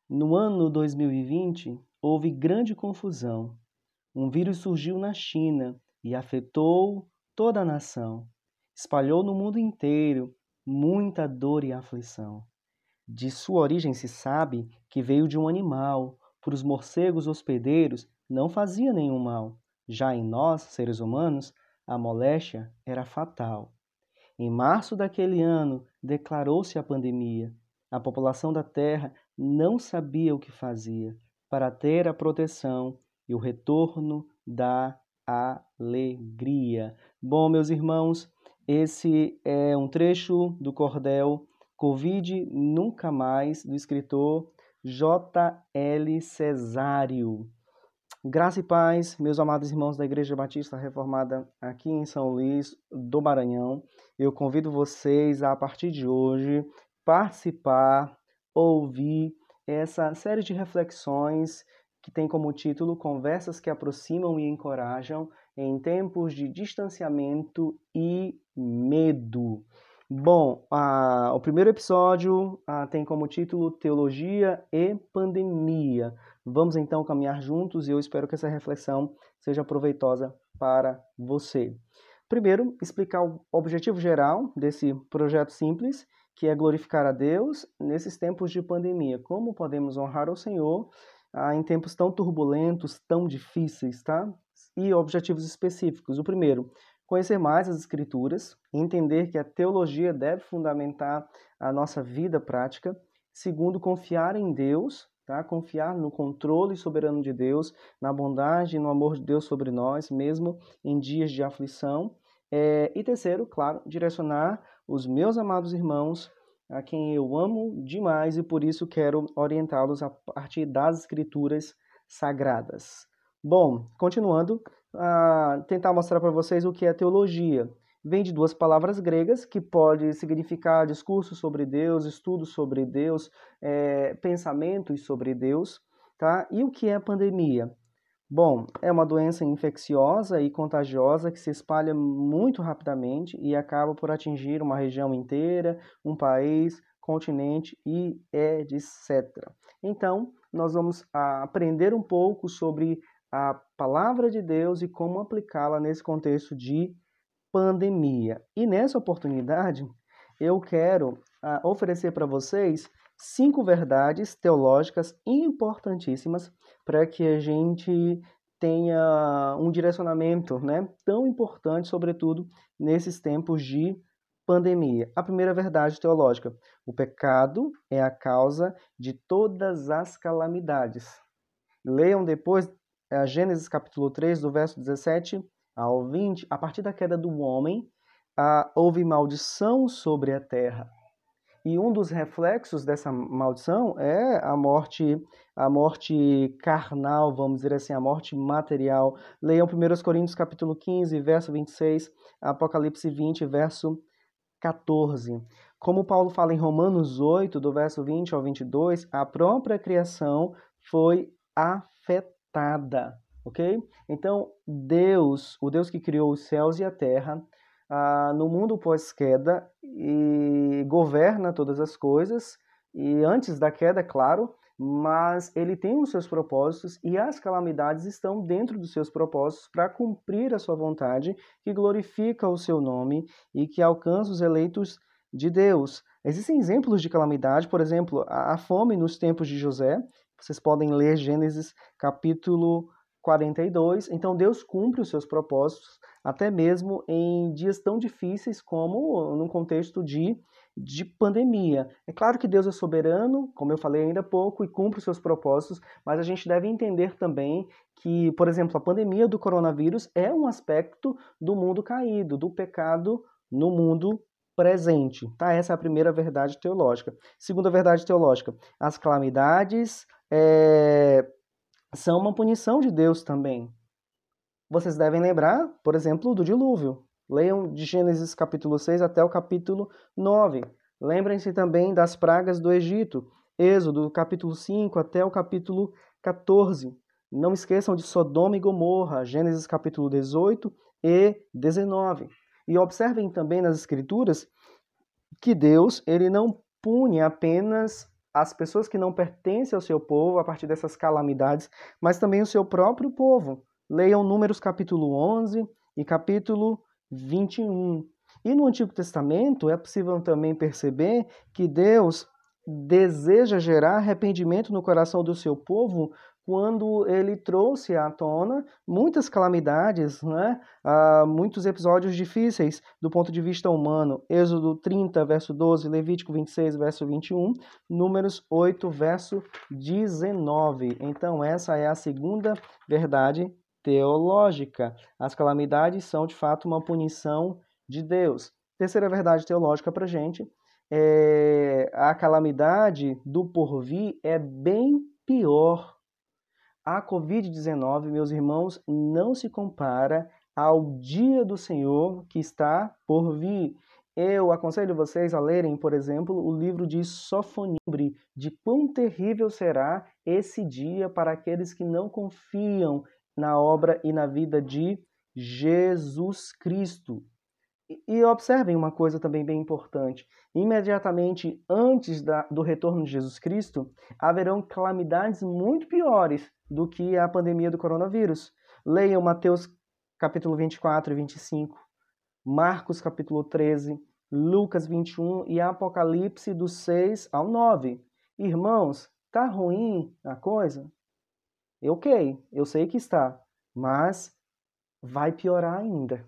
No ano 2020, houve grande confusão. Um vírus surgiu na China e afetou toda a nação. Espalhou no mundo inteiro muita dor e aflição. De sua origem se sabe que veio de um animal. Para os morcegos hospedeiros não fazia nenhum mal. Já em nós, seres humanos, a moléstia era fatal. Em março daquele ano, declarou-se a pandemia. A população da Terra não sabia o que fazia para ter a proteção e o retorno da alegria. Bom, meus irmãos, esse é um trecho do cordel Covid Nunca Mais, do escritor J.L. Cesário. Graça e paz, meus amados irmãos da Igreja Batista Reformada aqui em São Luís do Maranhão. Eu convido vocês a partir de hoje, participar, ouvir essa série de reflexões que tem como título Conversas que aproximam e encorajam em tempos de distanciamento e medo. Bom, o primeiro episódio tem como título Teologia e Pandemia. Vamos então caminhar juntos e eu espero que essa reflexão seja proveitosa para você. Primeiro, explicar o objetivo geral desse projeto simples, que é glorificar a Deus nesses tempos de pandemia. Como podemos honrar o Senhor em tempos tão turbulentos, tão difíceis, tá? E objetivos específicos. O primeiro, conhecer mais as Escrituras, entender que a teologia deve fundamentar a nossa vida prática. Segundo, confiar em Deus, tá? Confiar no controle soberano de Deus, na bondade e no amor de Deus sobre nós, mesmo em dias de aflição. E terceiro, claro, direcionar os meus amados irmãos, a quem eu amo demais e por isso quero orientá-los a partir das Escrituras Sagradas. Bom, continuando, tentar mostrar para vocês o que é teologia. Vem de duas palavras gregas que pode significar discurso sobre Deus, estudo sobre Deus, pensamentos sobre Deus, tá? E o que é pandemia? Bom, é uma doença infecciosa e contagiosa que se espalha muito rapidamente e acaba por atingir uma região inteira, um país, continente e etc. Então, nós vamos aprender um pouco sobre a palavra de Deus e como aplicá-la nesse contexto de pandemia. E nessa oportunidade, eu quero oferecer para vocês 5 verdades teológicas importantíssimas para que a gente tenha um direcionamento, né, tão importante, sobretudo nesses tempos de pandemia. A primeira verdade teológica: o pecado é a causa de todas as calamidades. Leiam depois Gênesis capítulo 3, do verso 17 ao 20. A partir da queda do homem, houve maldição sobre a terra. E um dos reflexos dessa maldição é a morte carnal, vamos dizer assim, a morte material. Leiam 1 Coríntios capítulo 15, verso 26, Apocalipse 20, verso 14. Como Paulo fala em Romanos 8, do verso 20 ao 22, a própria criação foi afetada, ok? Então, Deus, o Deus que criou os céus e a terra, no mundo pós-queda, e governa todas as coisas, e antes da queda, claro, mas ele tem os seus propósitos e as calamidades estão dentro dos seus propósitos para cumprir a sua vontade, que glorifica o seu nome e que alcança os eleitos de Deus. Existem exemplos de calamidade, por exemplo, a fome nos tempos de José. Vocês podem ler Gênesis capítulo 42. Então Deus cumpre os seus propósitos, até mesmo em dias tão difíceis como num contexto de pandemia. É claro que Deus é soberano, como eu falei ainda há pouco, e cumpre os seus propósitos, mas a gente deve entender também que, por exemplo, a pandemia do coronavírus é um aspecto do mundo caído, do pecado no mundo presente. Tá? Essa é a primeira verdade teológica. Segunda verdade teológica: as calamidades são uma punição de Deus também. Vocês devem lembrar, por exemplo, do dilúvio. Leiam de Gênesis capítulo 6 até o capítulo 9. Lembrem-se também das pragas do Egito, Êxodo capítulo 5 até o capítulo 14. Não esqueçam de Sodoma e Gomorra, Gênesis capítulo 18 e 19. E observem também nas Escrituras que Deus ele não pune apenas as pessoas que não pertencem ao seu povo a partir dessas calamidades, mas também o seu próprio povo. Leiam Números capítulo 11 e capítulo 21. E no Antigo Testamento é possível também perceber que Deus deseja gerar arrependimento no coração do seu povo quando ele trouxe à tona muitas calamidades, né? Muitos episódios difíceis do ponto de vista humano. Êxodo 30, verso 12, Levítico 26, verso 21, Números 8, verso 19. Então, essa é a segunda verdade teológica. As calamidades são, de fato, uma punição de Deus. Terceira verdade teológica para a gente a calamidade do porvir é bem pior. A Covid-19, meus irmãos, não se compara ao dia do Senhor que está por vir. Eu aconselho vocês a lerem, por exemplo, o livro de Sofonibre, de quão terrível será esse dia para aqueles que não confiam na obra e na vida de Jesus Cristo. E observem uma coisa também bem importante. Imediatamente antes do retorno de Jesus Cristo, haverão calamidades muito piores do que a pandemia do coronavírus. Leiam Mateus capítulo 24 e 25, Marcos capítulo 13, Lucas 21 e Apocalipse do 6 ao 9. Irmãos, tá ruim a coisa? Ok, eu sei que está, mas vai piorar ainda.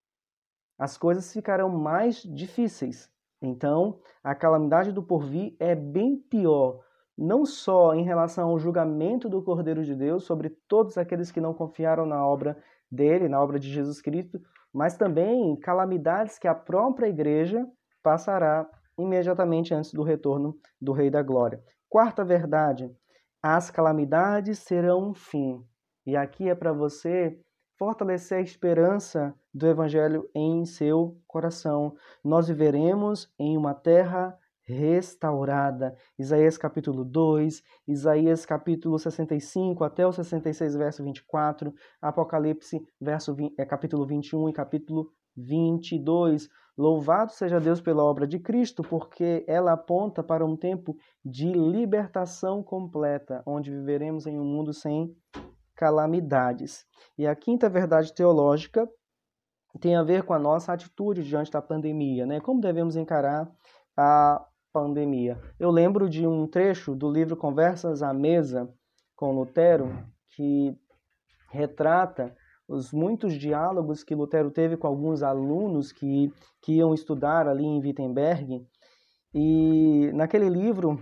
As coisas ficarão mais difíceis. Então, a calamidade do porvir é bem pior, não só em relação ao julgamento do Cordeiro de Deus sobre todos aqueles que não confiaram na obra dele, na obra de Jesus Cristo, mas também calamidades que a própria igreja passará imediatamente antes do retorno do Rei da Glória. Quarta verdade, as calamidades serão um fim. E aqui é para você fortalecer a esperança do Evangelho em seu coração. Nós viveremos em uma terra restaurada. Isaías capítulo 2, Isaías capítulo 65 até o 66, verso 24, Apocalipse capítulo 21 e capítulo 22. Louvado seja Deus pela obra de Cristo, porque ela aponta para um tempo de libertação completa, onde viveremos em um mundo sem calamidades. E a quinta verdade teológica tem a ver com a nossa atitude diante da pandemia, né? Como devemos encarar a pandemia? Eu lembro de um trecho do livro Conversas à Mesa com Lutero, que retrata os muitos diálogos que Lutero teve com alguns alunos que iam estudar ali em Wittenberg. E naquele livro,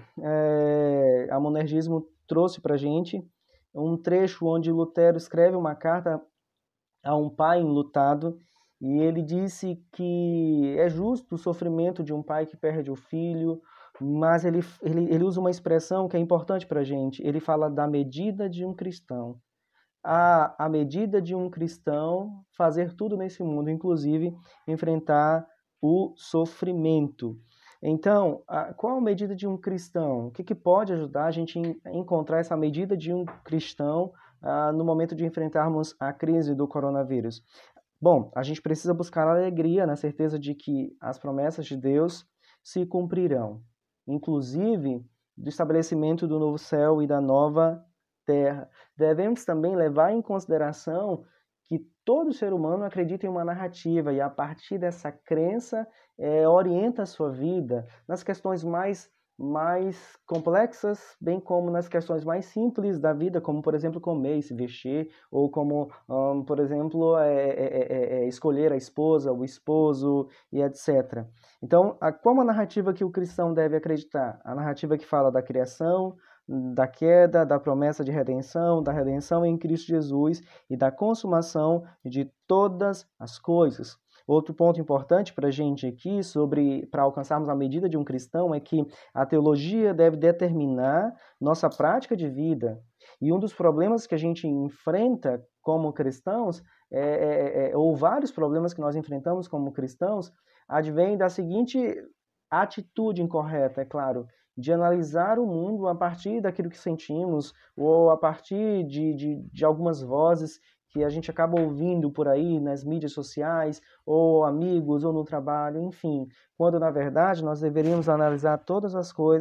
a Monergismo trouxe para a gente um trecho onde Lutero escreve uma carta a um pai enlutado e ele disse que é justo o sofrimento de um pai que perde o filho, mas ele usa uma expressão que é importante para a gente. Ele fala da medida de um cristão. A medida de um cristão fazer tudo nesse mundo, inclusive enfrentar o sofrimento. Então, qual a medida de um cristão? O que pode ajudar a gente a encontrar essa medida de um cristão no momento de enfrentarmos a crise do coronavírus? Bom, a gente precisa buscar alegria na certeza de que as promessas de Deus se cumprirão, inclusive do estabelecimento do novo céu e da nova terra. Devemos também levar em consideração que todo ser humano acredita em uma narrativa e a partir dessa crença orienta a sua vida nas questões mais complexas, bem como nas questões mais simples da vida, como, por exemplo, comer e se vestir, ou como, por exemplo, escolher a esposa, o esposo e etc. Então, qual a narrativa que o cristão deve acreditar? A narrativa que fala da criação, da queda, da promessa de redenção, da redenção em Cristo Jesus e da consumação de todas as coisas. Outro ponto importante para a gente aqui, para alcançarmos a medida de um cristão, é que a teologia deve determinar nossa prática de vida. E um dos problemas que a gente enfrenta como cristãos, ou vários problemas que nós enfrentamos como cristãos, advém da seguinte atitude incorreta, é claro, de analisar o mundo a partir daquilo que sentimos ou a partir de algumas vozes que a gente acaba ouvindo por aí nas mídias sociais, ou amigos, ou no trabalho, enfim. Quando, na verdade, nós deveríamos analisar todas as coisas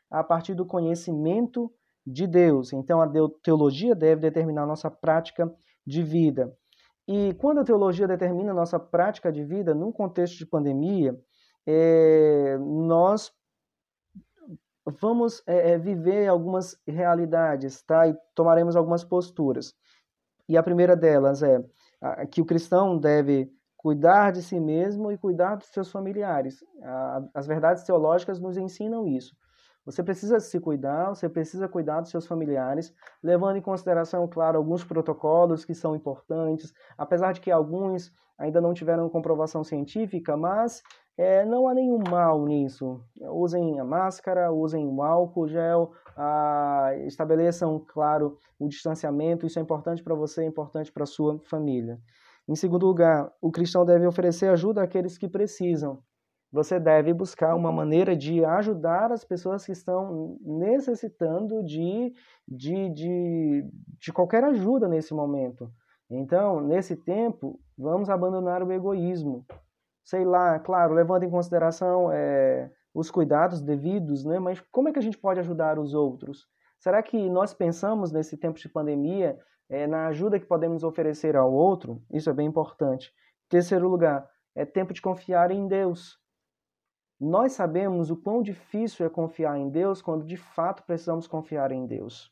a partir do conhecimento de Deus. Então, a teologia deve determinar a nossa prática de vida. E quando a teologia determina a nossa prática de vida, num contexto de pandemia, nós vamos viver algumas realidades, tá? E tomaremos algumas posturas. E a primeira delas é que o cristão deve cuidar de si mesmo e cuidar dos seus familiares. As verdades teológicas nos ensinam isso. Você precisa se cuidar, você precisa cuidar dos seus familiares, levando em consideração, claro, alguns protocolos que são importantes, apesar de que alguns ainda não tiveram comprovação científica, mas não há nenhum mal nisso. Usem a máscara, usem o álcool gel, estabeleçam, claro, o distanciamento. Isso é importante para você, é importante para a sua família. Em segundo lugar, o cristão deve oferecer ajuda àqueles que precisam. Você deve buscar uma maneira de ajudar as pessoas que estão necessitando de qualquer ajuda nesse momento. Então, nesse tempo, vamos abandonar o egoísmo. Sei lá, claro, levando em consideração os cuidados devidos, né? Mas como é que a gente pode ajudar os outros? Será que nós pensamos nesse tempo de pandemia na ajuda que podemos oferecer ao outro? Isso é bem importante. Terceiro lugar, é tempo de confiar em Deus. Nós sabemos o quão difícil é confiar em Deus quando de fato precisamos confiar em Deus.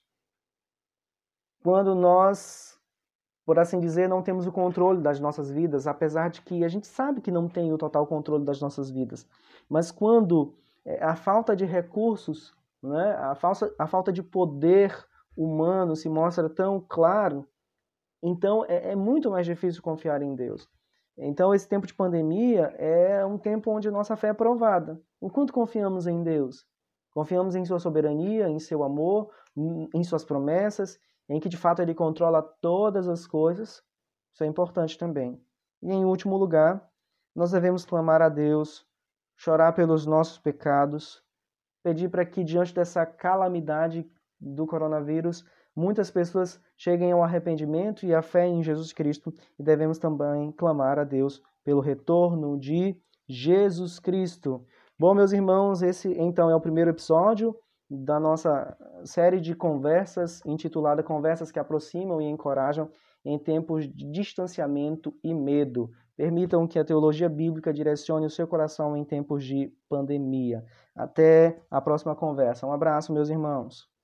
Quando nós, por assim dizer, não temos o controle das nossas vidas, apesar de que a gente sabe que não tem o total controle das nossas vidas. Mas quando a falta de recursos, né, a falta de poder humano se mostra tão claro, então é muito mais difícil confiar em Deus. Então, esse tempo de pandemia é um tempo onde nossa fé é provada. O quanto confiamos em Deus? Confiamos em sua soberania, em seu amor, em suas promessas, em que de fato Ele controla todas as coisas. Isso é importante também. E em último lugar, nós devemos clamar a Deus, chorar pelos nossos pecados, pedir para que diante dessa calamidade do coronavírus, muitas pessoas cheguem ao arrependimento e à fé em Jesus Cristo, e devemos também clamar a Deus pelo retorno de Jesus Cristo. Bom, meus irmãos, esse então é o primeiro episódio da nossa série de conversas, intitulada Conversas que Aproximam e Encorajam em Tempos de Distanciamento e Medo. Permitam que a teologia bíblica direcione o seu coração em tempos de pandemia. Até a próxima conversa. Um abraço, meus irmãos.